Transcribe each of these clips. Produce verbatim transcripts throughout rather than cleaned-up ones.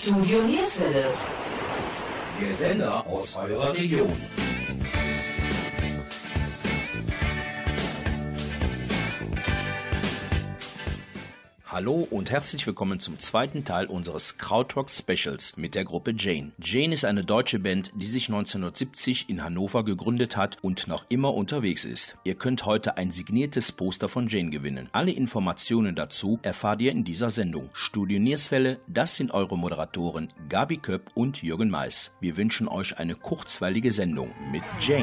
Studio Nierswelle. Der Sender aus eurer Region. Hallo und herzlich willkommen zum zweiten Teil unseres Krautrock Specials mit der Gruppe Jane. Jane ist eine deutsche Band, die sich neunzehnhundertsiebzig in Hannover gegründet hat und noch immer unterwegs ist. Ihr könnt heute ein signiertes Poster von Jane gewinnen. Alle Informationen dazu erfahrt ihr in dieser Sendung. Studio Nierswelle, das sind eure Moderatoren Gabi Köpp und Jürgen Mais. Wir wünschen euch eine kurzweilige Sendung mit Jane.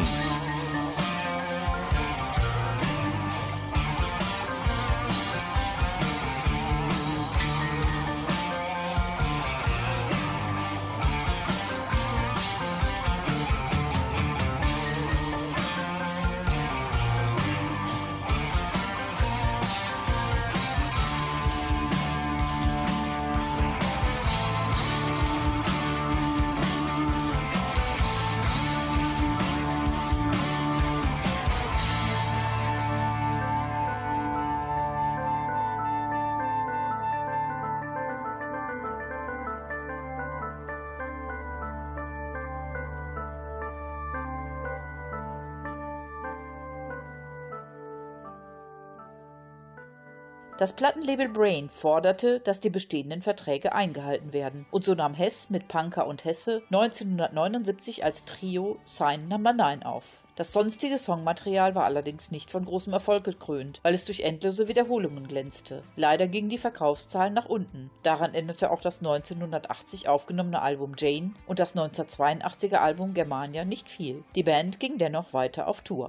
Das Plattenlabel Brain forderte, dass die bestehenden Verträge eingehalten werden, und so nahm Hess mit Panker und Hesse neunzehnhundertneunundsiebzig als Trio Sign Number neun auf. Das sonstige Songmaterial war allerdings nicht von großem Erfolg gekrönt, weil es durch endlose Wiederholungen glänzte. Leider gingen die Verkaufszahlen nach unten. Daran änderte auch das neunzehnhundertachtzig aufgenommene Album Jane und das neunzehnhundertzweiundachtziger Album Germania nicht viel. Die Band ging dennoch weiter auf Tour.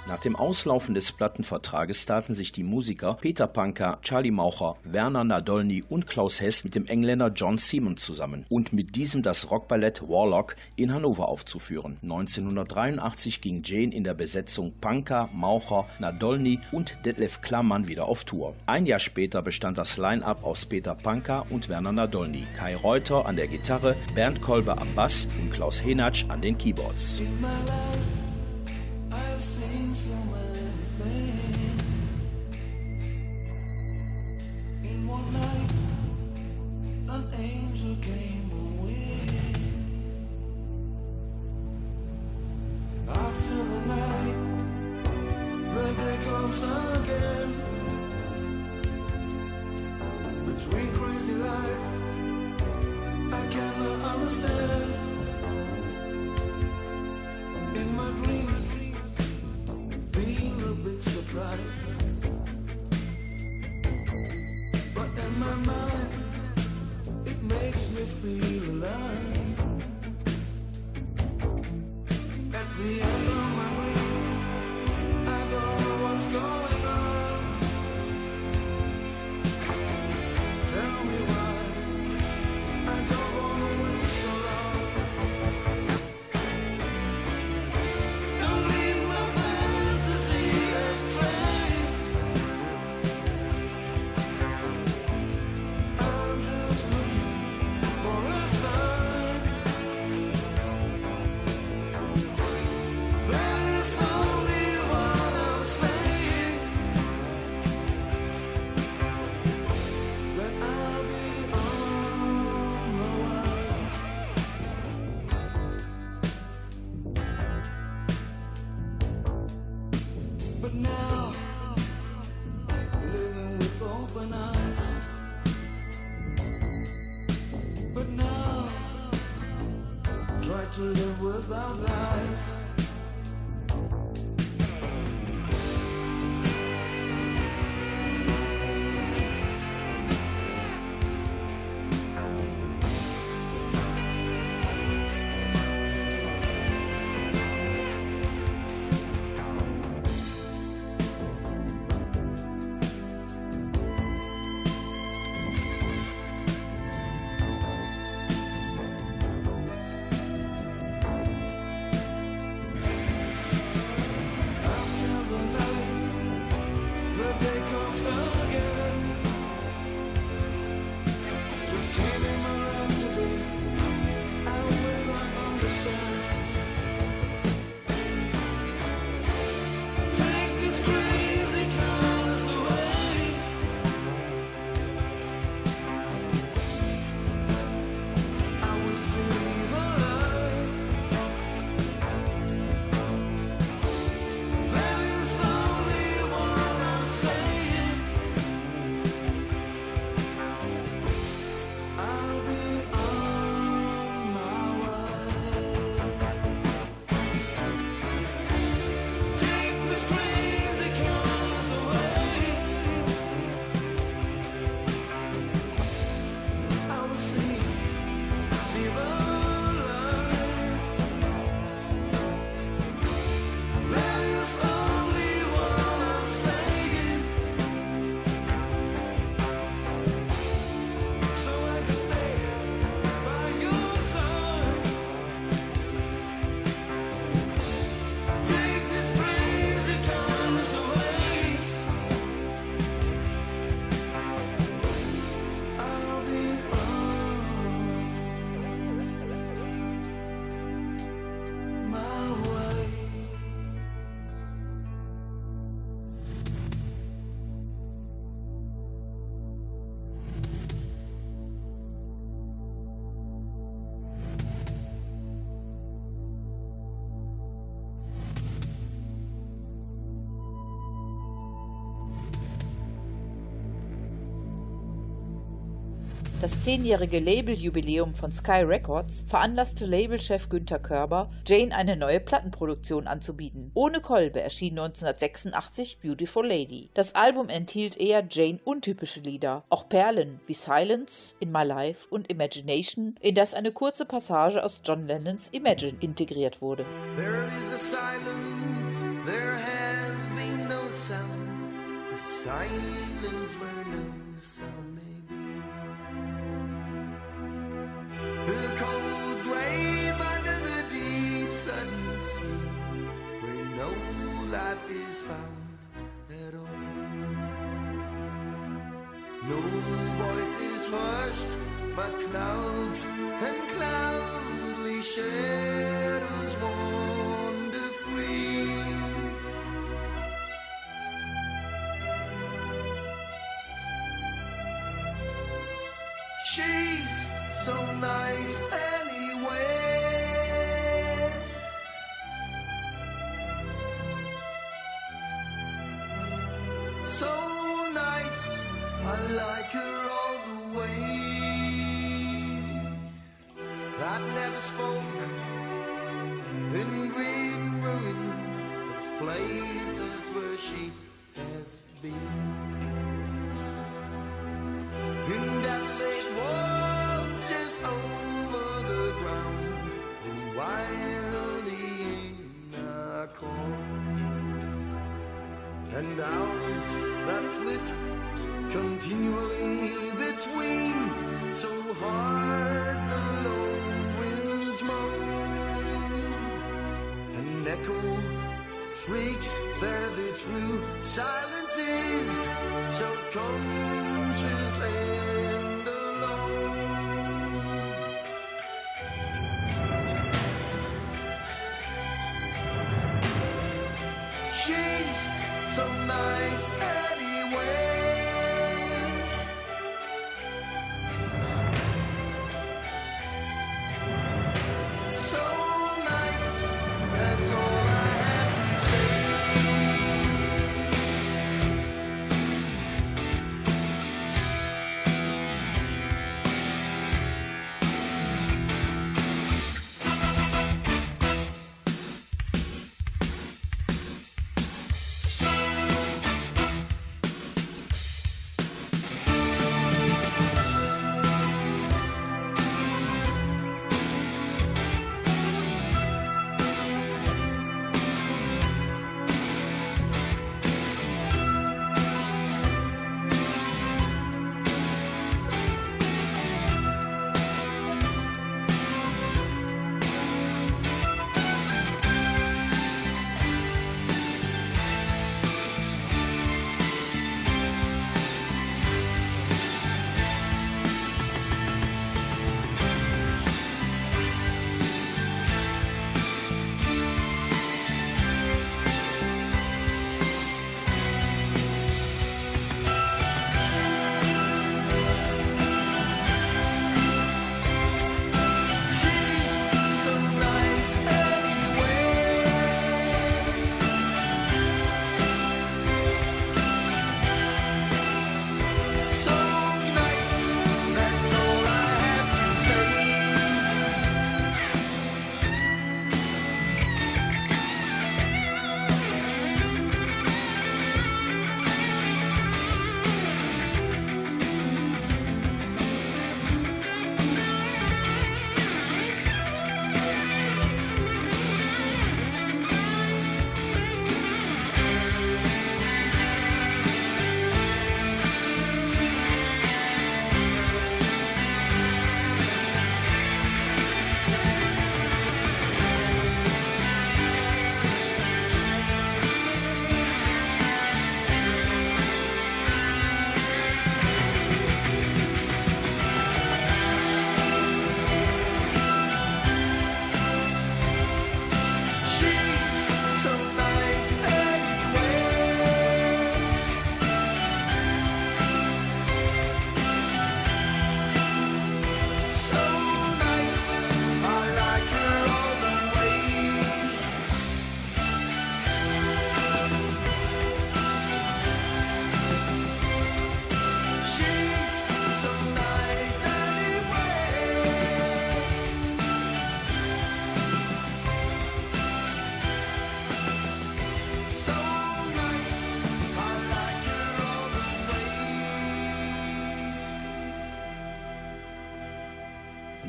Nach dem Auslaufen des Plattenvertrages taten sich die Musiker Peter Panker, Charlie Maucher, Werner Nadolny und Klaus Hess mit dem Engländer John Siemon zusammen und mit diesem das Rockballett Warlock in Hannover aufzuführen. neunzehnhundertdreiundachtzig ging Jane in der Besetzung Panker, Maucher, Nadolny und Detlef Klammann wieder auf Tour. Ein Jahr später bestand das Line-Up aus Peter Panker und Werner Nadolny, Kai Reuter an der Gitarre, Bernd Kolbe am Bass und Klaus Henatsch an den Keyboards. I've seen so many things in one night. An angel came away. After the night, the day comes again. Between crazy lights, I cannot understand. In my dreams, feel a big surprise, but in my mind, it makes me feel alive. At the end of my dreams, I don't know what's going on. Tell me why I don't wanna wait so long. But now, living with open eyes. But now, try to live without lies. Das zehnjährige Labeljubiläum von Sky Records veranlasste Labelchef Günter Körber, Jane eine neue Plattenproduktion anzubieten. Ohne Kolbe erschien neunzehnhundertsechsundachtzig Beautiful Lady. Das Album enthielt eher Jane-untypische Lieder, auch Perlen wie Silence, In My Life und Imagination, in das eine kurze Passage aus John Lennons Imagine integriert wurde. There is a silence, there has been no sound. The silence where no sound may be. The cold grave under the deep sudden sea, where no life is found at all. No voice is hushed, but clouds and cloudly shadows wander free. She's so nice anyway. So nice, I like her all the way. That never spoke in green ruins of places where she has been. In desolate walls just over the ground, the wild hyena calls, and owls that flit continually between, so hard the low winds moan, and echo shrieks there the true silence is, self-conscious and alone. She's so nice anyway. So nice, that's all I have to say.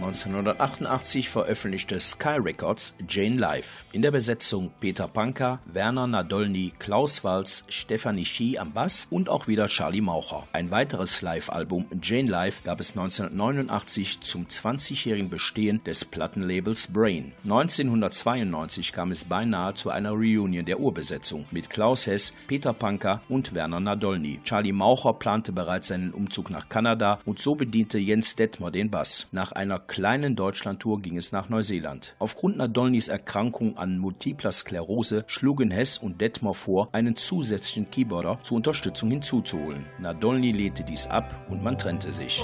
neunzehnhundertachtundachtzig veröffentlichte Sky Records Jane Live. In der Besetzung Peter Panker, Werner Nadolny, Klaus Waltz, Stefanie Schie am Bass und auch wieder Charlie Maucher. Ein weiteres Live-Album Jane Live gab es neunzehnhundertneunundachtzig zum zwanzigjährigen Bestehen des Plattenlabels Brain. neunzehnhundertzweiundneunzig kam es beinahe zu einer Reunion der Urbesetzung mit Klaus Hess, Peter Panker und Werner Nadolny. Charlie Maucher plante bereits seinen Umzug nach Kanada und so bediente Jens Detmer den Bass. Nach einer kleinen Deutschlandtour ging es nach Neuseeland. Aufgrund Nadolnys Erkrankung an Multipler Sklerose schlugen Hess und Detmer vor, einen zusätzlichen Keyboarder zur Unterstützung hinzuzuholen. Nadolny lehnte dies ab und man trennte sich.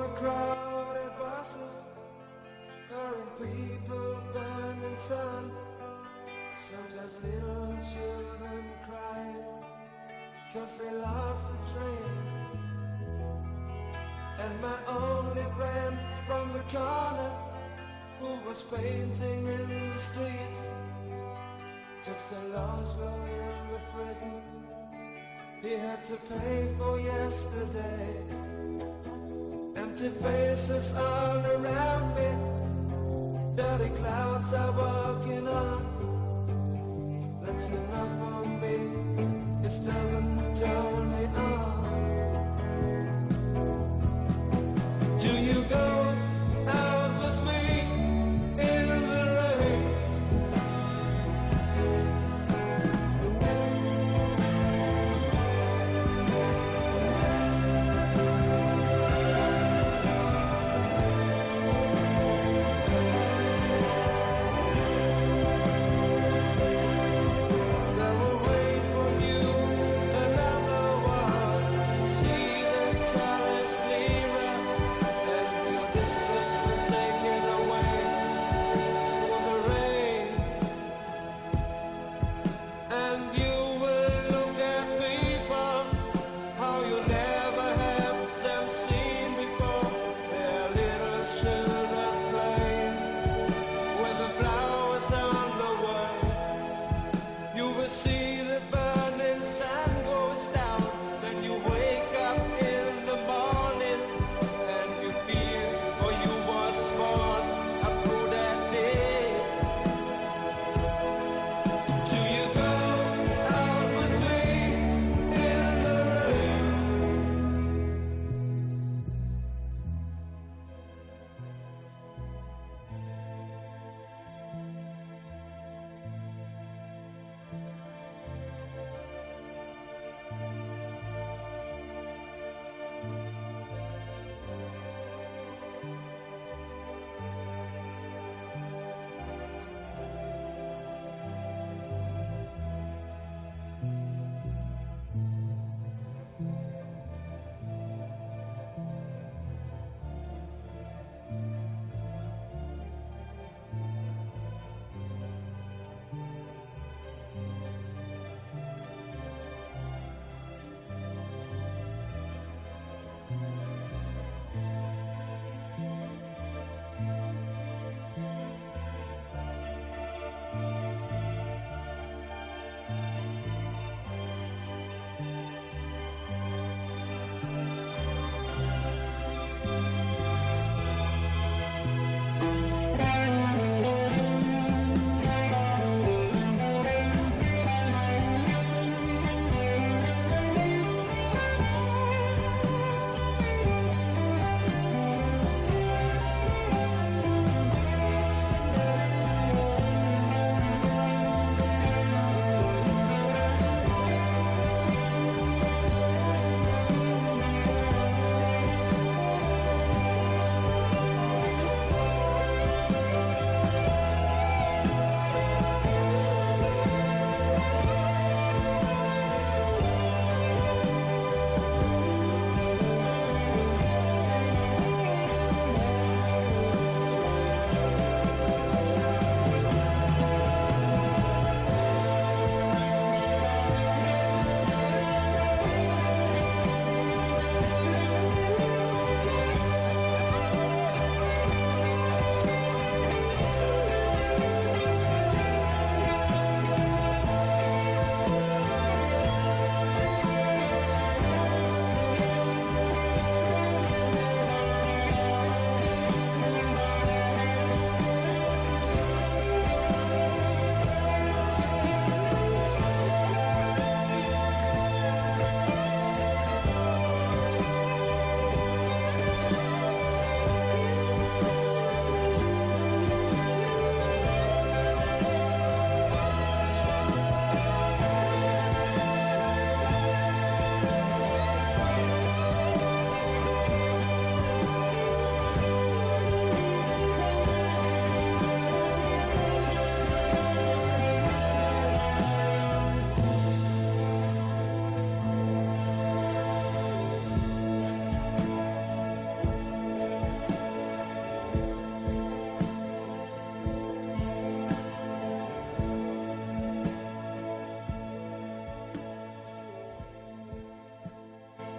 Cause they lost the train, and my only friend from the corner who was painting in the streets took so lost while in the prison he had to pay for yesterday. Empty faces all around me, dirty clouds are walking on. That's enough for me. It doesn't turn me on. Do you go out with me in the rain?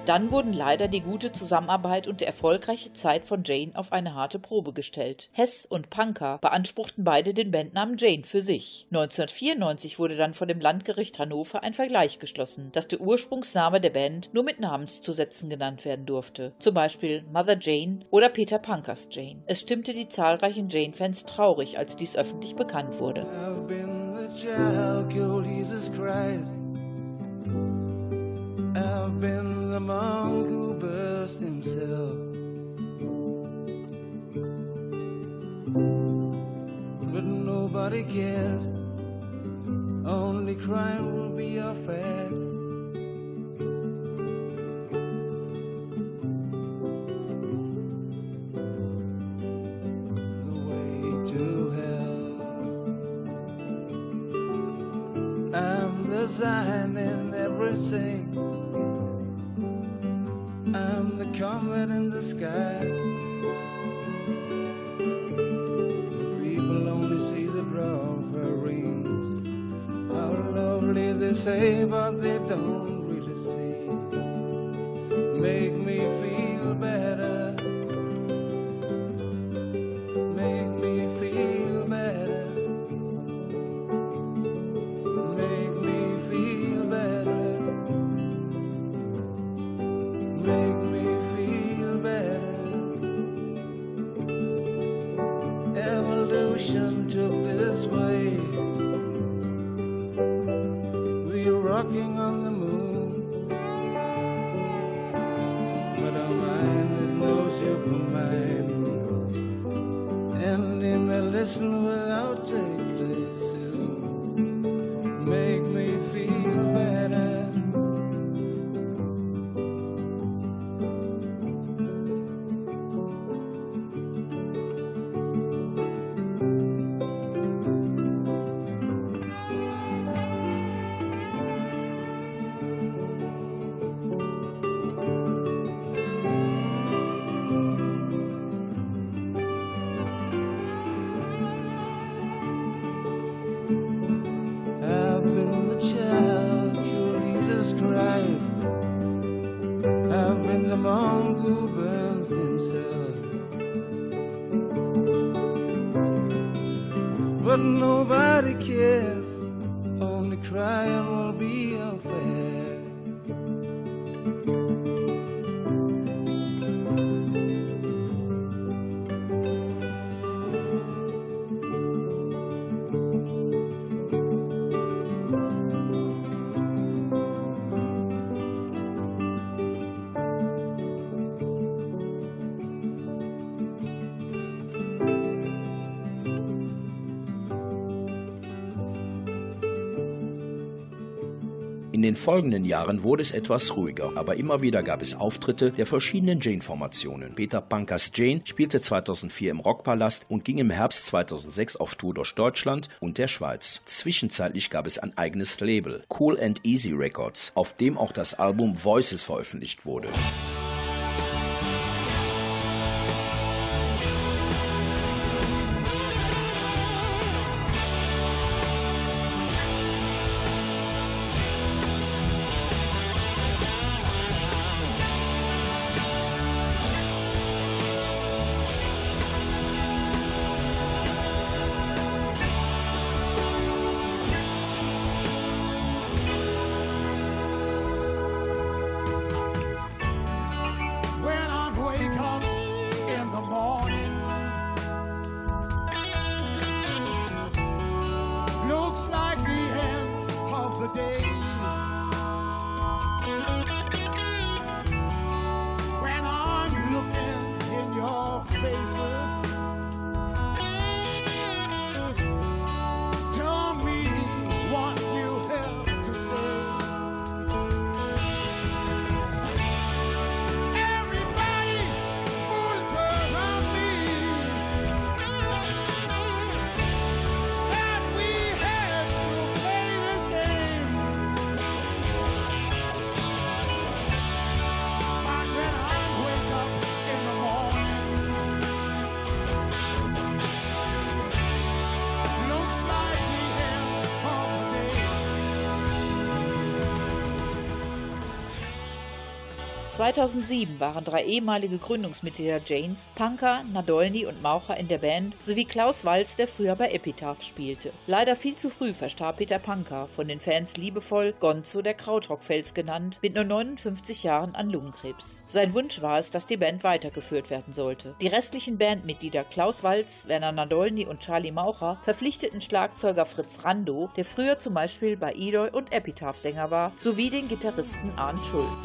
Dann wurden leider die gute Zusammenarbeit und die erfolgreiche Zeit von Jane auf eine harte Probe gestellt. Hess und Punker beanspruchten beide den Bandnamen Jane für sich. neunzehnhundertvierundneunzig wurde dann vor dem Landgericht Hannover ein Vergleich geschlossen, dass der Ursprungsname der Band nur mit Namenszusätzen genannt werden durfte, zum Beispiel Mother Jane oder Peter Punkers Jane. Es stimmte die zahlreichen Jane-Fans traurig, als dies öffentlich bekannt wurde. I've been the child killed Jesus Christ. I've been the monk who burst himself. But nobody cares. Only crime will be a fact. The way to hell. I'm the sign in everything. I'm the comet in the sky. People only see the draw of her rings. How lovely they say, but they don't really see. Make me feel better. Make me feel better. Make me feel better. Make me feel better. Evolution took this way. We're rocking on the moon, but our mind is no supermind. And it may listen without take place soon. Make me feel better. But nobody cares, only crying will be a fact. In den folgenden Jahren wurde es etwas ruhiger, aber immer wieder gab es Auftritte der verschiedenen Jane-Formationen. Peter Punkers Jane spielte zweitausendvier im Rockpalast und ging im Herbst zweitausendsechs auf Tour durch Deutschland und der Schweiz. Zwischenzeitlich gab es ein eigenes Label, Cool and Easy Records, auf dem auch das Album Voices veröffentlicht wurde. zweitausendsieben waren drei ehemalige Gründungsmitglieder Janes, Punker, Nadolny und Maucher in der Band, sowie Klaus Walz, der früher bei Epitaph spielte. Leider viel zu früh verstarb Peter Punker, von den Fans liebevoll Gonzo der Krautrock-Fels genannt, mit nur neunundfünfzig Jahren an Lungenkrebs. Sein Wunsch war es, dass die Band weitergeführt werden sollte. Die restlichen Bandmitglieder Klaus Walz, Werner Nadolny und Charlie Maucher verpflichteten Schlagzeuger Fritz Rando, der früher zum Beispiel bei Eloy und Epitaph Sänger war, sowie den Gitarristen Arndt Schulz.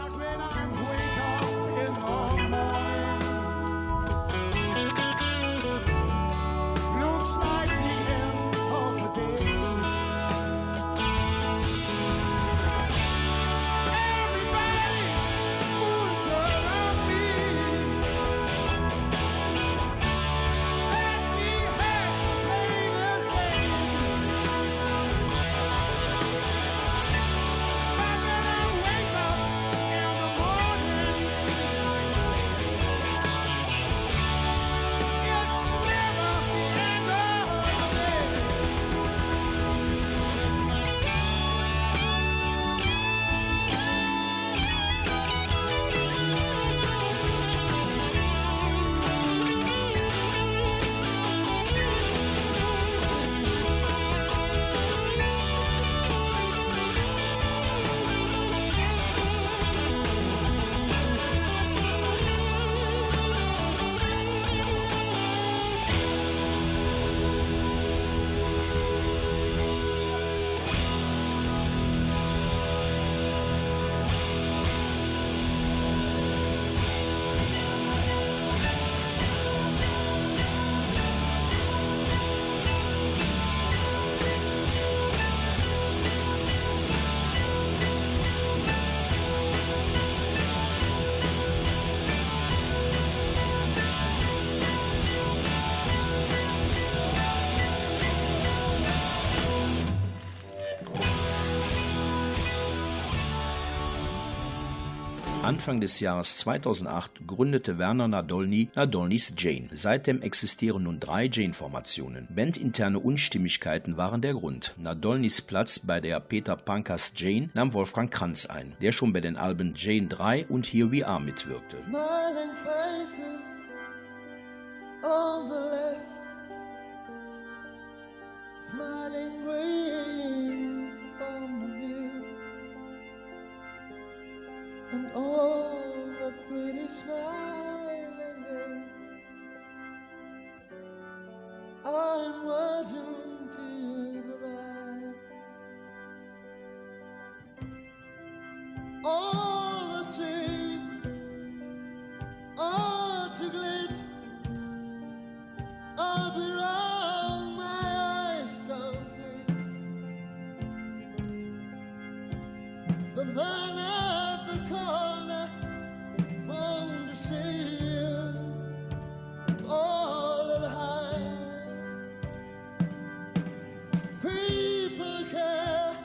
Anfang des Jahres zweitausendacht gründete Werner Nadolny Nadolnys Jane. Seitdem existieren nun drei Jane-Formationen. Bandinterne Unstimmigkeiten waren der Grund. Nadolnys Platz bei der Peter Punkers Jane nahm Wolfgang Kranz ein, der schon bei den Alben Jane drei und Here We Are mitwirkte. Smiling faces on the left, smiling rays from the view, and all the pretty smiling girls. I'm watching till the light. All the streets are to glint up around my eyes don't feel. The man at the corner won't to see you all the high. People care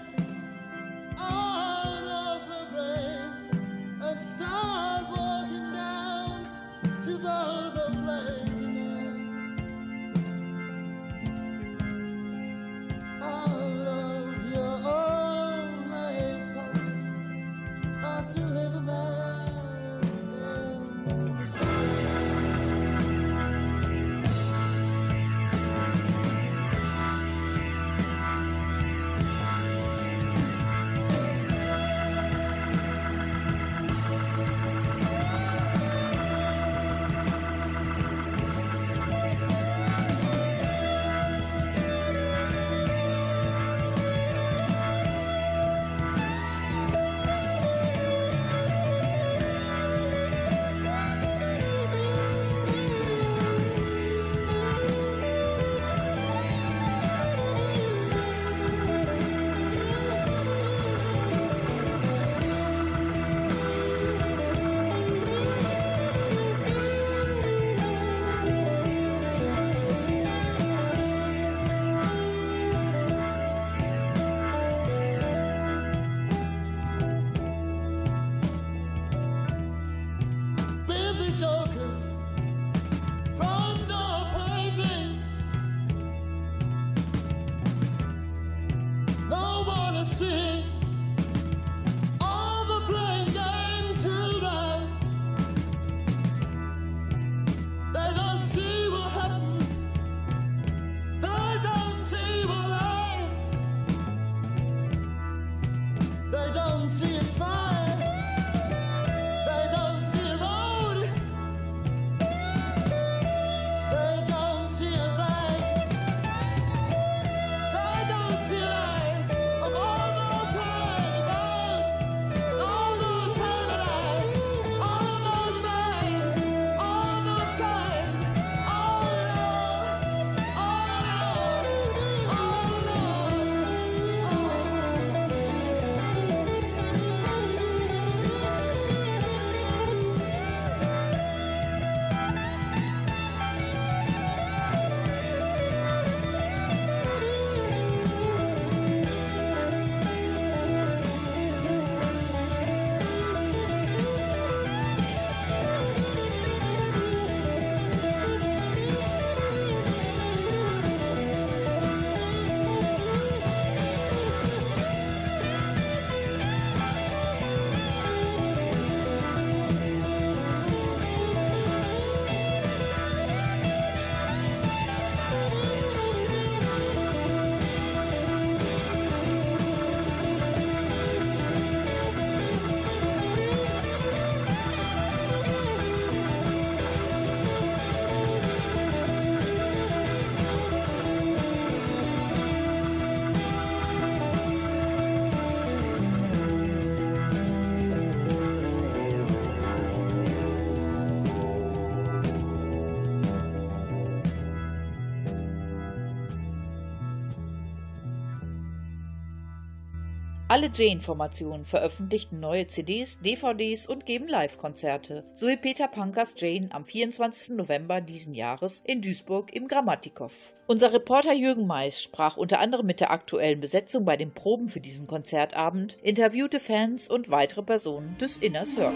out of the brain and start walking down to those that blame. Out of your own life, not to live a man. Alle Jane-Formationen veröffentlichten neue C Ds, D V Ds und geben Live-Konzerte, so wie Peter Pankers Jane am vierundzwanzigsten November diesen Jahres in Duisburg im Grammatikhof. Unser Reporter Jürgen Mais sprach unter anderem mit der aktuellen Besetzung bei den Proben für diesen Konzertabend, interviewte Fans und weitere Personen des Inner Circle.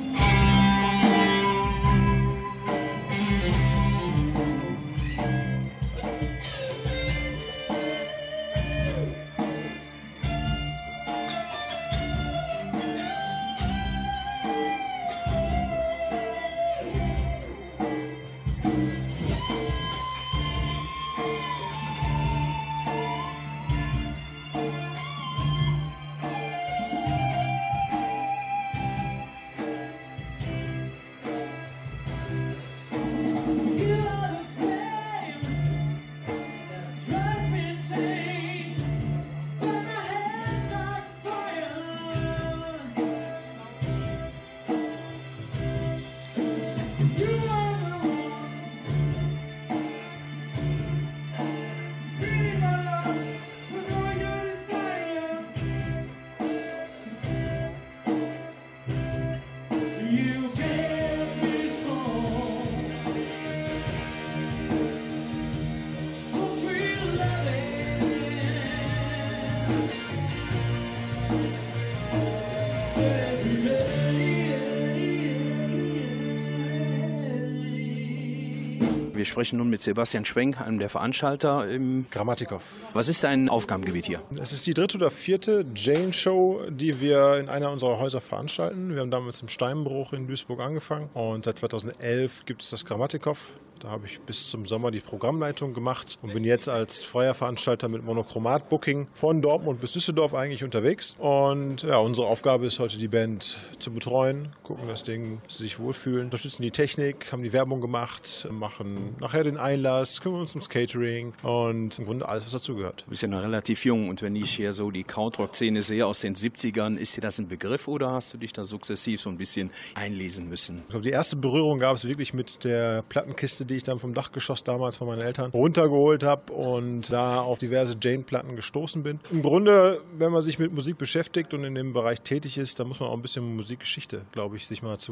Wir sprechen nun mit Sebastian Schwenk, einem der Veranstalter im Grammatikhof. Was ist dein Aufgabengebiet hier? Es ist die dritte oder vierte Jane-Show, die wir in einer unserer Häuser veranstalten. Wir haben damals im Steinbruch in Duisburg angefangen und seit zweitausendelf gibt es das Grammatikhof. Da habe ich bis zum Sommer die Programmleitung gemacht und bin jetzt als freier Veranstalter mit Monochromat-Booking von Dortmund bis Düsseldorf eigentlich unterwegs. Und ja, unsere Aufgabe ist heute, die Band zu betreuen, gucken, dass Ding sie sich wohlfühlen, unterstützen die Technik, haben die Werbung gemacht, machen nachher den Einlass, kümmern uns ums Catering und im Grunde alles, was dazugehört. Du bist ja noch relativ jung und wenn ich hier so die Krautrock-Szene sehe aus den siebzigern, ist dir das ein Begriff oder hast du dich da sukzessiv so ein bisschen einlesen müssen? Ich glaube, die erste Berührung gab es wirklich mit der Plattenkiste, die ich dann vom Dachgeschoss damals von meinen Eltern runtergeholt habe und da auf diverse Jane-Platten gestoßen bin. Im Grunde, wenn man sich mit Musik beschäftigt und in dem Bereich tätig ist, dann muss man auch ein bisschen Musikgeschichte, glaube ich, sich mal zu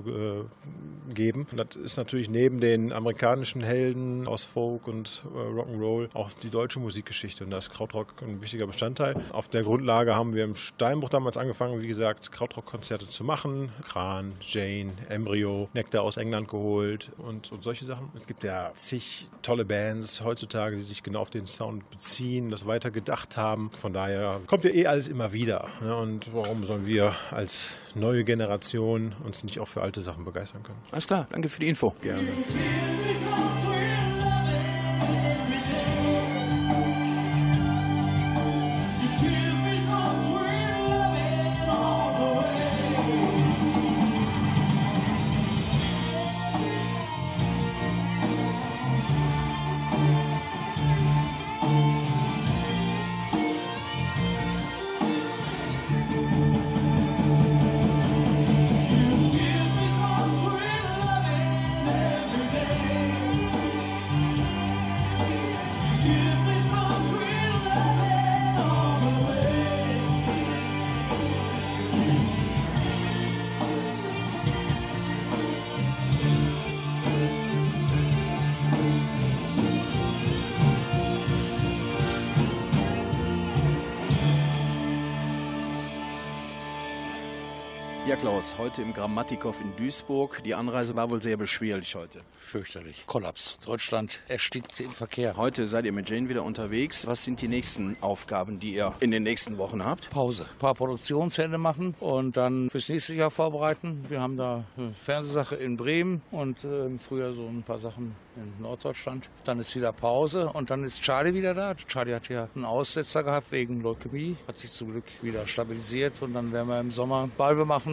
äh, geben. Und das ist natürlich neben den amerikanischen Helden aus Folk und äh, Rock'n'Roll auch die deutsche Musikgeschichte und da ist Krautrock ein wichtiger Bestandteil. Auf der Grundlage haben wir im Steinbruch damals angefangen, wie gesagt, Krautrock-Konzerte zu machen. Kran, Jane, Embryo, Nektar aus England geholt und, und solche Sachen. Es gibt ja zig tolle Bands heutzutage, die sich genau auf den Sound beziehen, das weiter gedacht haben. Von daher kommt ja eh alles immer wieder. Ne? Und warum sollen wir als neue Generation uns nicht auch für alte Sachen begeistern können? Alles klar, danke für die Info. Gerne. Ja, Klaus, heute im Grammatikhof in Duisburg. Die Anreise war wohl sehr beschwerlich heute. Fürchterlich. Kollaps. Deutschland erstickt im Verkehr. Heute seid ihr mit Jane wieder unterwegs. Was sind die nächsten Aufgaben, die ihr in den nächsten Wochen habt? Pause. Ein paar Produktionshände machen und dann fürs nächste Jahr vorbereiten. Wir haben da eine Fernsehsache in Bremen und äh, im Frühjahr so ein paar Sachen in Norddeutschland. Dann ist wieder Pause und dann ist Charlie wieder da. Charlie hat ja einen Aussetzer gehabt wegen Leukämie. Hat sich zum Glück wieder stabilisiert und dann werden wir im Sommer Balbe machen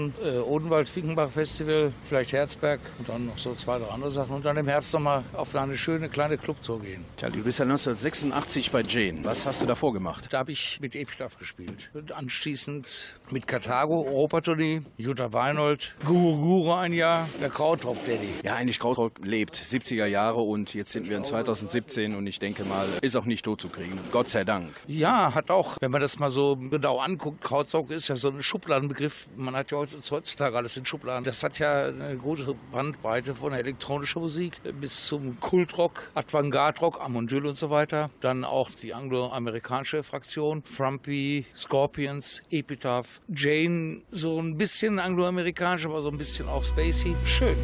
Wochen äh, Odenwald-Finkenbach-Festival, vielleicht Herzberg und dann noch so zwei, drei andere Sachen. Und dann im Herbst nochmal auf eine schöne kleine Clubtour gehen. Tja, du bist ja neunzehnhundertsechsundachtzig bei Jane. Was hast du davor gemacht? Da habe ich mit Epitaph gespielt. Und anschließend mit Karthago, Europatournee, Jutta Weinhold, Guru Guru ein Jahr, der Krautrock-Daddy. Ja, eigentlich Krautrock lebt, siebziger Jahre und jetzt sind wir in zweitausendsiebzehn und ich denke mal, ist auch nicht tot zu kriegen. Gott sei Dank. Ja, hat auch, wenn man das mal so genau anguckt, Krautrock ist ja so ein Schubladenbegriff. Man hat ja heutzutage alles in Schubladen. Das hat ja eine große Bandbreite von elektronischer Musik bis zum Kultrock, Avantgarde-Rock, Amondyl und so weiter. Dann auch die angloamerikanische Fraktion, Frumpy, Scorpions, Epitaph, Jane, so ein bisschen angloamerikanisch, aber so ein bisschen auch spacey. Schön.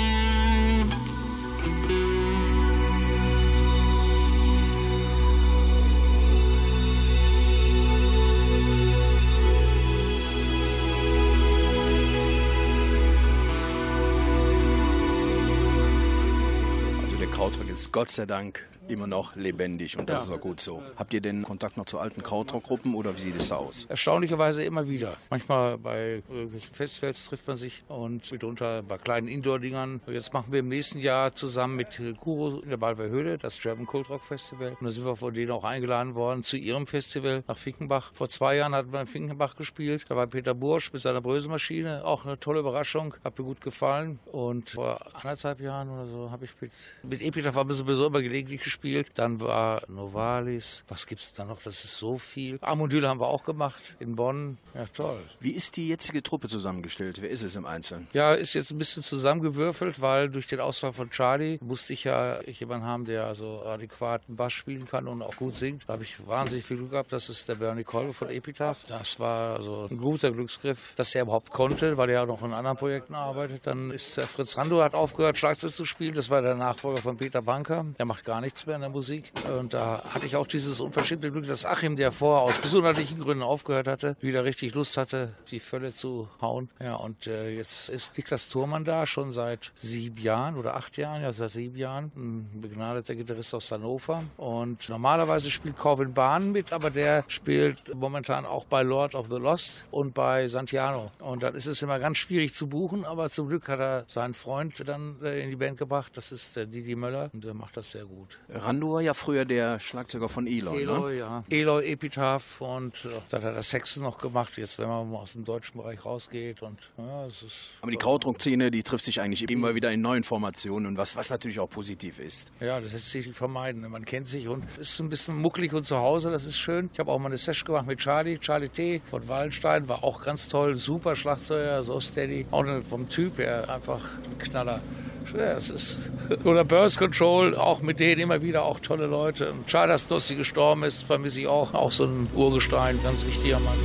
Krautrock ist Gott sei Dank immer noch lebendig und das ja. ist auch gut so. Habt ihr denn Kontakt noch zu alten Krautrock-Gruppen oder wie sieht es da aus? Erstaunlicherweise immer wieder. Manchmal bei irgendwelchen Festivals trifft man sich und mitunter bei kleinen Indoor-Dingern. Jetzt machen wir im nächsten Jahr zusammen mit Guru in der Balver Höhle das German Kultrock Festival. Und da sind wir von denen auch eingeladen worden zu ihrem Festival nach Finkenbach. Vor zwei Jahren hatten wir in Finkenbach gespielt. Da war Peter Bursch mit seiner Bröselmaschine. Auch eine tolle Überraschung. Hat mir gut gefallen. Und vor anderthalb Jahren oder so habe ich mit, mit Epitaph haben wir sowieso immer gelegentlich gespielt. Dann war Novalis. Was gibt es da noch? Das ist so viel. Amondyl haben wir auch gemacht in Bonn. Ja, toll. Wie ist die jetzige Truppe zusammengestellt? Wer ist es im Einzelnen? Ja, ist jetzt ein bisschen zusammengewürfelt, weil durch den Ausfall von Charlie musste ich ja jemanden haben, der also adäquaten Bass spielen kann und auch gut singt. Da habe ich wahnsinnig viel Glück gehabt. Das ist der Bernie Kolbe von Epitaph. Das war also ein guter Glücksgriff, dass er überhaupt konnte, weil er ja noch in anderen Projekten arbeitet. Dann ist der Fritz Rando, hat aufgehört, Schlagzeug zu spielen. Das war der Nachfolger von Peter Banker. Der macht gar nichts mehr in der Musik. Und da hatte ich auch dieses unverschämte Glück, dass Achim, der vorher aus gesundheitlichen Gründen aufgehört hatte, wieder richtig Lust hatte, die Völle zu hauen. Ja, und äh, jetzt ist Niklas Thurmann da, schon seit sieben Jahren oder acht Jahren, ja seit sieben Jahren, ein begnadeter Gitarrist aus Hannover. Und normalerweise spielt Corvin Bahn mit, aber der spielt momentan auch bei Lord of the Lost und bei Santiano. Und dann ist es immer ganz schwierig zu buchen, aber zum Glück hat er seinen Freund dann äh, in die Band gebracht. Das ist der Didi Möller und der macht das sehr gut. Rando war ja früher der Schlagzeuger von Eloy, Eloy, ne? ja. Eloy, Epitaph und äh, dann hat er das Sexen noch gemacht, jetzt wenn man mal aus dem deutschen Bereich rausgeht. Und, ja, es ist aber die Krautrock-Szene, die trifft sich eigentlich immer wieder in neuen Formationen und was, was natürlich auch positiv ist. Ja, das lässt sich nicht vermeiden. Man kennt sich und ist so ein bisschen muckelig und zu Hause, das ist schön. Ich habe auch mal eine Session gemacht mit Charlie, Charlie T. von Wallenstein, war auch ganz toll, super Schlagzeuger, so steady. Auch vom Typ her einfach ein Knaller. Ja, es ist oder Birth Control, auch mit denen immer wieder auch tolle Leute. Und schade, dass Dossi gestorben ist, vermisse ich auch. Auch so ein Urgestein, ganz wichtiger Mann.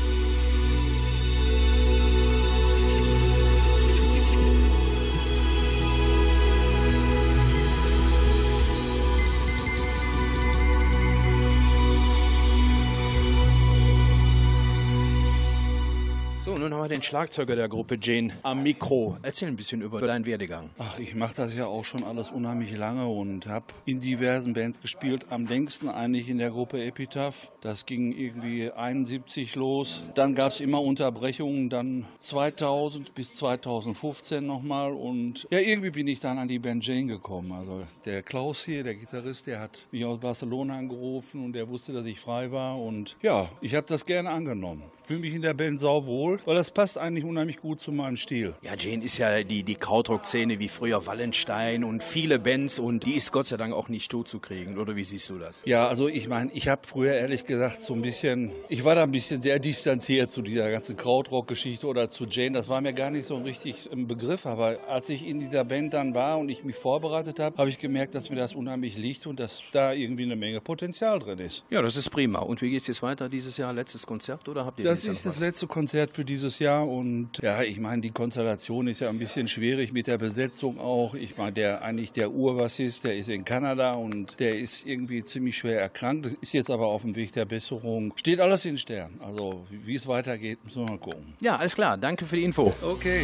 Nun haben wir den Schlagzeuger der Gruppe Jane am Mikro. Erzähl ein bisschen über deinen Werdegang. Ach, ich mache das ja auch schon alles unheimlich lange und habe in diversen Bands gespielt. Am längsten eigentlich in der Gruppe Epitaph. Das ging irgendwie einundsiebzig los. Dann gab es immer Unterbrechungen, dann zweitausend bis zweitausendfünfzehn nochmal. Und ja, irgendwie bin ich dann an die Band Jane gekommen. Also der Klaus hier, der Gitarrist, der hat mich aus Barcelona angerufen und der wusste, dass ich frei war. Und ja, ich habe das gerne angenommen. Fühle mich in der Band sauwohl, weil das passt eigentlich unheimlich gut zu meinem Stil. Ja, Jane ist ja die, die Krautrock-Szene wie früher Wallenstein und viele Bands und die ist Gott sei Dank auch nicht tot zu kriegen, oder wie siehst du das? Ja, also ich meine, ich habe früher ehrlich gesagt so ein bisschen, ich war da ein bisschen sehr distanziert zu dieser ganzen Krautrock-Geschichte oder zu Jane, das war mir gar nicht so richtig im Begriff, aber als ich in dieser Band dann war und ich mich vorbereitet habe, habe ich gemerkt, dass mir das unheimlich liegt und dass da irgendwie eine Menge Potenzial drin ist. Ja, das ist prima. Und wie geht es jetzt weiter dieses Jahr? Letztes Konzert oder habt ihr das? Das ist das letzte Konzert für dieses Jahr und ja, ich meine, die Konstellation ist ja ein bisschen schwierig mit der Besetzung auch. Ich meine, der eigentlich der Urbassist, der ist in Kanada und der ist irgendwie ziemlich schwer erkrankt, ist jetzt aber auf dem Weg der Besserung. Steht alles in Sternen. Also wie es weitergeht, müssen wir mal gucken. Ja, alles klar. Danke für die Info. Okay.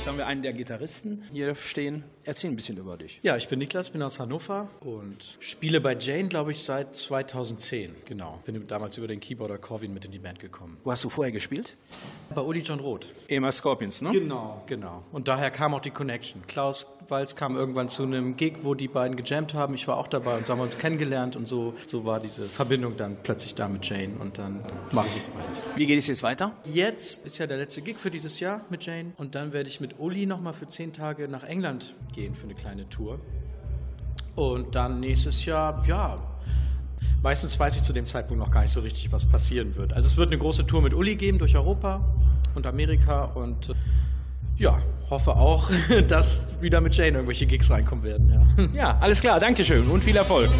jetzt haben wir einen der Gitarristen hier stehen. Erzähl ein bisschen über dich. Ja, ich bin Niklas, bin aus Hannover und spiele bei Jane, glaube ich, seit zweitausendzehn. Genau. Bin damals über den Keyboarder Corwin mit in die Band gekommen. Wo hast du vorher gespielt? Bei Uli John Roth. Ehemals Scorpions, ne? Genau, genau. Und daher kam auch die Connection. Klaus Walz kam irgendwann zu einem Gig, wo die beiden gejammt haben. Ich war auch dabei und so haben wir uns kennengelernt und so, so war diese Verbindung dann plötzlich da mit Jane und dann mache ich jetzt beides. Wie geht es jetzt weiter? Jetzt ist ja der letzte Gig für dieses Jahr mit Jane und dann werde ich mit Uli nochmal für zehn Tage nach England gehen für eine kleine Tour. Und dann nächstes Jahr, ja, meistens weiß ich zu dem Zeitpunkt noch gar nicht so richtig, was passieren wird. Also es wird eine große Tour mit Uli geben durch Europa und Amerika und ja, hoffe auch, dass wieder mit Jane irgendwelche Gigs reinkommen werden. Ja, ja, alles klar, Dankeschön und viel Erfolg.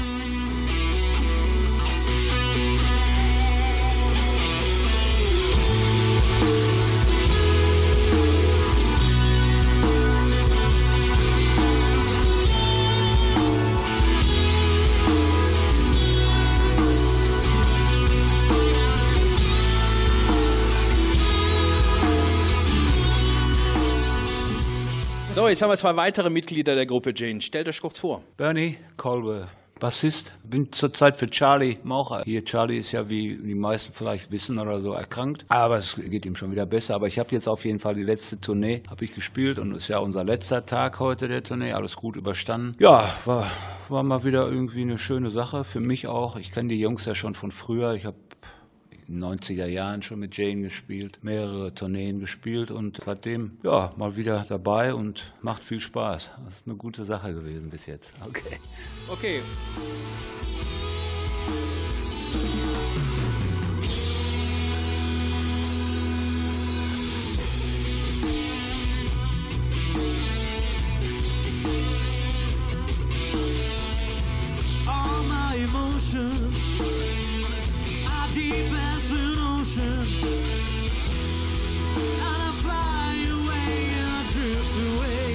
So, jetzt haben wir zwei weitere Mitglieder der Gruppe Jane. Stellt euch kurz vor. Bernie Kolbe, Bassist. Bin zurzeit für Charlie Maucher hier. Charlie ist ja, wie die meisten vielleicht wissen oder so, erkrankt. Aber es geht ihm schon wieder besser. Aber ich habe jetzt auf jeden Fall die letzte Tournee habe ich gespielt und es ist ja unser letzter Tag heute der Tournee. Alles gut überstanden. Ja, war, war mal wieder irgendwie eine schöne Sache. Für mich auch. Ich kenne die Jungs ja schon von früher. Ich habe in den neunziger Jahren schon mit Jane gespielt, mehrere Tourneen gespielt und seitdem, ja, mal wieder dabei und macht viel Spaß. Das ist eine gute Sache gewesen bis jetzt. Okay. Okay. All my emotions are deep as an ocean, and I fly away and I drift away,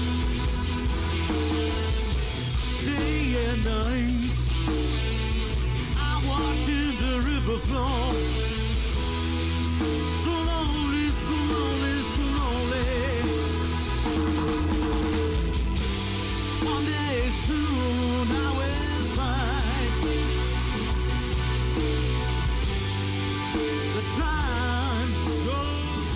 day and night. I'm watching the river flow, so lonely, so lonely, so lonely. One day soon I will find the time goes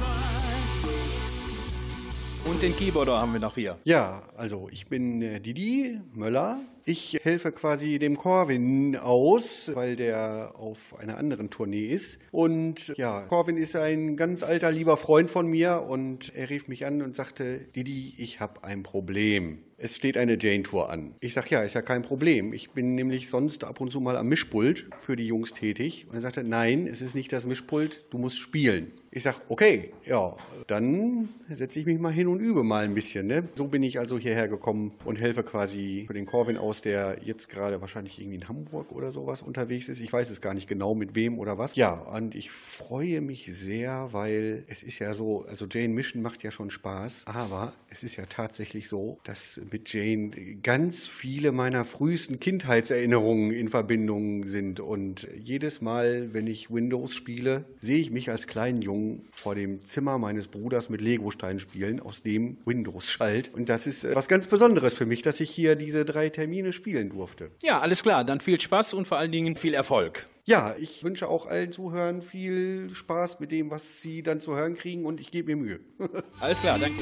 by. Und den Keyboarder haben wir noch hier. Ja, also ich bin äh, Didi Möller. Ich helfe quasi dem Corwin aus, weil der auf einer anderen Tournee ist. Und ja, Corwin ist ein ganz alter, lieber Freund von mir und er rief mich an und sagte, Didi, ich habe ein Problem. Es steht eine Jane-Tour an. Ich sage, ja, ist ja kein Problem. Ich bin nämlich sonst ab und zu mal am Mischpult für die Jungs tätig. Und er sagte, nein, es ist nicht das Mischpult, du musst spielen. Ich sage, okay, ja, dann setze ich mich mal hin und übe mal ein bisschen. Ne? So bin ich also hierher gekommen und helfe quasi für den Corwin aus, der jetzt gerade wahrscheinlich irgendwie in Hamburg oder sowas unterwegs ist. Ich weiß es gar nicht genau, mit wem oder was. Ja, und ich freue mich sehr, weil es ist ja so, also Jane mischen macht ja schon Spaß, aber es ist ja tatsächlich so, dass mit Jane ganz viele meiner frühesten Kindheitserinnerungen in Verbindung sind. Und jedes Mal, wenn ich Windows spiele, sehe ich mich als kleinen Jungen vor dem Zimmer meines Bruders mit Legosteinen spielen, aus dem Windows schallt. Und das ist was ganz Besonderes für mich, dass ich hier diese drei Termine spielen durfte. Ja, alles klar. Dann viel Spaß und vor allen Dingen viel Erfolg. Ja, ich wünsche auch allen Zuhörern viel Spaß mit dem, was sie dann zu hören kriegen und ich gebe mir Mühe. Alles klar, danke.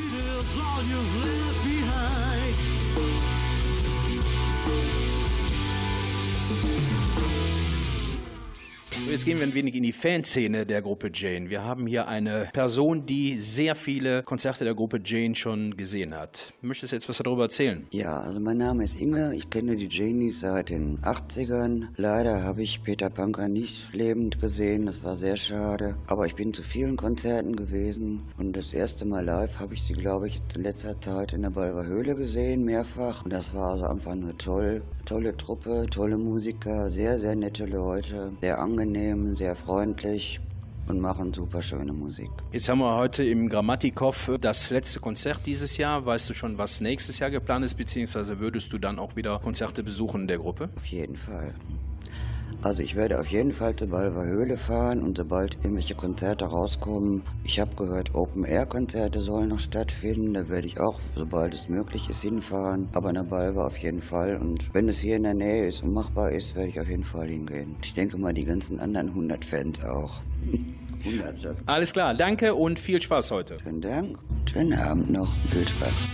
So, jetzt gehen wir ein wenig in die Fanszene der Gruppe Jane. Wir haben hier eine Person, die sehr viele Konzerte der Gruppe Jane schon gesehen hat. Möchtest du jetzt was darüber erzählen? Ja, also mein Name ist Inge. Ich kenne die Janies seit den achtzigern. Leider habe ich Peter Panker nicht lebend gesehen. Das war sehr schade. Aber ich bin zu vielen Konzerten gewesen. Und das erste Mal live habe ich sie, glaube ich, in letzter Zeit in der Balver Höhle gesehen, mehrfach. Und das war also einfach nur toll. Tolle Truppe, tolle Musiker, sehr, sehr nette Leute. Sehr angenehm, sehr freundlich und machen super schöne Musik. Jetzt haben wir heute im Grammatikhof das letzte Konzert dieses Jahr. Weißt du schon, was nächstes Jahr geplant ist, beziehungsweise würdest du dann auch wieder Konzerte besuchen der Gruppe? Auf jeden Fall. Also ich werde auf jeden Fall zur Balver Höhle fahren und sobald irgendwelche Konzerte rauskommen, ich habe gehört, Open-Air-Konzerte sollen noch stattfinden, da werde ich auch, sobald es möglich ist, hinfahren, aber nach Balver auf jeden Fall und wenn es hier in der Nähe ist und machbar ist, werde ich auf jeden Fall hingehen. Ich denke mal, die ganzen anderen hundert Fans auch. hundert. Alles klar, danke und viel Spaß heute. Vielen Dank, schönen Abend noch, viel Spaß.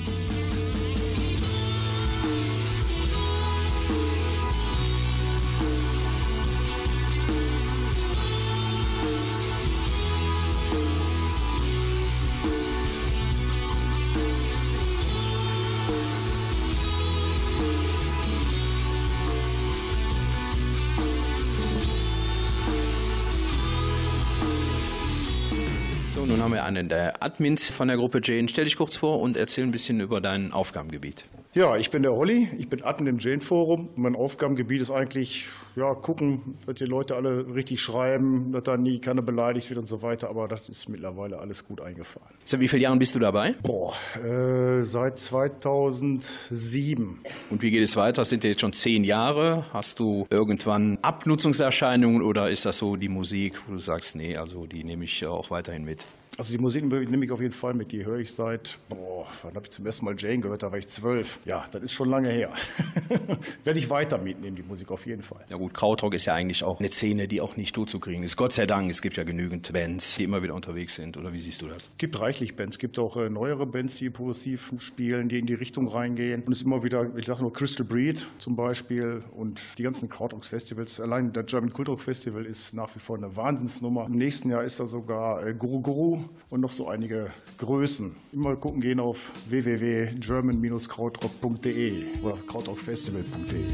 Nun haben wir einen der Admins von der Gruppe Jane. Stell dich kurz vor und erzähl ein bisschen über dein Aufgabengebiet. Ja, ich bin der Olli, ich bin Admin im Jane-Forum. Mein Aufgabengebiet ist eigentlich, ja, gucken, dass die Leute alle richtig schreiben, dass da nie keiner beleidigt wird und so weiter, aber das ist mittlerweile alles gut eingefahren. Seit wie vielen Jahren bist du dabei? Boah, äh, seit zweitausendsieben. Und wie geht es weiter? Das sind ja jetzt schon zehn Jahre. Hast du irgendwann Abnutzungserscheinungen oder ist das so die Musik, wo du sagst, nee, also die nehme ich auch weiterhin mit? Also die Musik nehme ich auf jeden Fall mit. Die höre ich seit, boah, wann habe ich zum ersten Mal Jane gehört? Da war ich zwölf. Ja, das ist schon lange her. Werde ich weiter mitnehmen, die Musik auf jeden Fall. Ja gut, Krautrock ist ja eigentlich auch eine Szene, die auch nicht totzukriegen ist. Gott sei Dank, es gibt ja genügend Bands, die immer wieder unterwegs sind. Oder wie siehst du das? Es gibt reichlich Bands. Es gibt auch äh, neuere Bands, die progressiv spielen, die in die Richtung reingehen. Und es ist immer wieder, ich sage nur Crystal Breed zum Beispiel und die ganzen Krautrock-Festivals. Allein der German Kultrock Festival ist nach wie vor eine Wahnsinnsnummer. Im nächsten Jahr ist da sogar äh, Guru Guru und noch so einige Größen. Immer gucken gehen auf w w w punkt german Bindestrich krautrock punkt d e oder krautrockfestival punkt d e.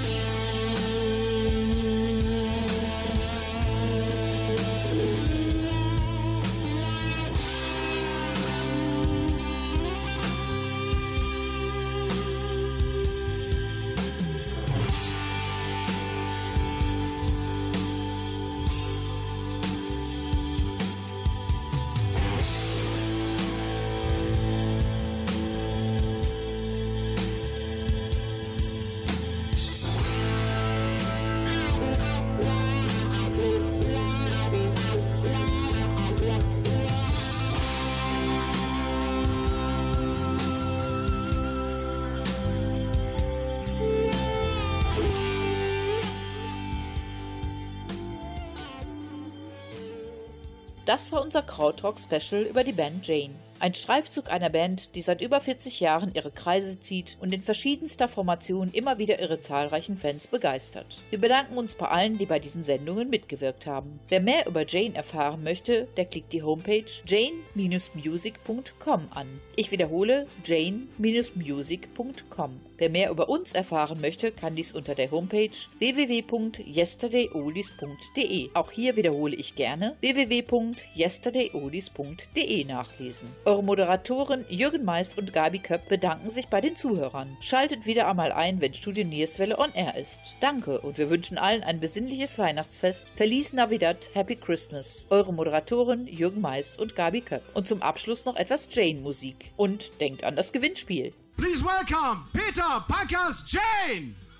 Das war unser Krautrock-Special über die Band Jane. Ein Streifzug einer Band, die seit über vierzig Jahren ihre Kreise zieht und in verschiedenster Formation immer wieder ihre zahlreichen Fans begeistert. Wir bedanken uns bei allen, die bei diesen Sendungen mitgewirkt haben. Wer mehr über Jane erfahren möchte, der klickt die Homepage jane Bindestrich music punkt com an. Ich wiederhole jane Bindestrich music punkt com. Wer mehr über uns erfahren möchte, kann dies unter der Homepage w w w punkt yesterdayoldies punkt d e. Auch hier wiederhole ich gerne w w w punkt yesterdayoldies punkt d e nachlesen. Eure Moderatoren Jürgen Mais und Gabi Köpp bedanken sich bei den Zuhörern. Schaltet wieder einmal ein, wenn Studio Nierswelle on Air ist. Danke und wir wünschen allen ein besinnliches Weihnachtsfest. Feliz Navidad, Happy Christmas. Eure Moderatoren Jürgen Mais und Gabi Köpp. Und zum Abschluss noch etwas Jane-Musik. Und denkt an das Gewinnspiel. Please welcome Peter Pankhurst Jane!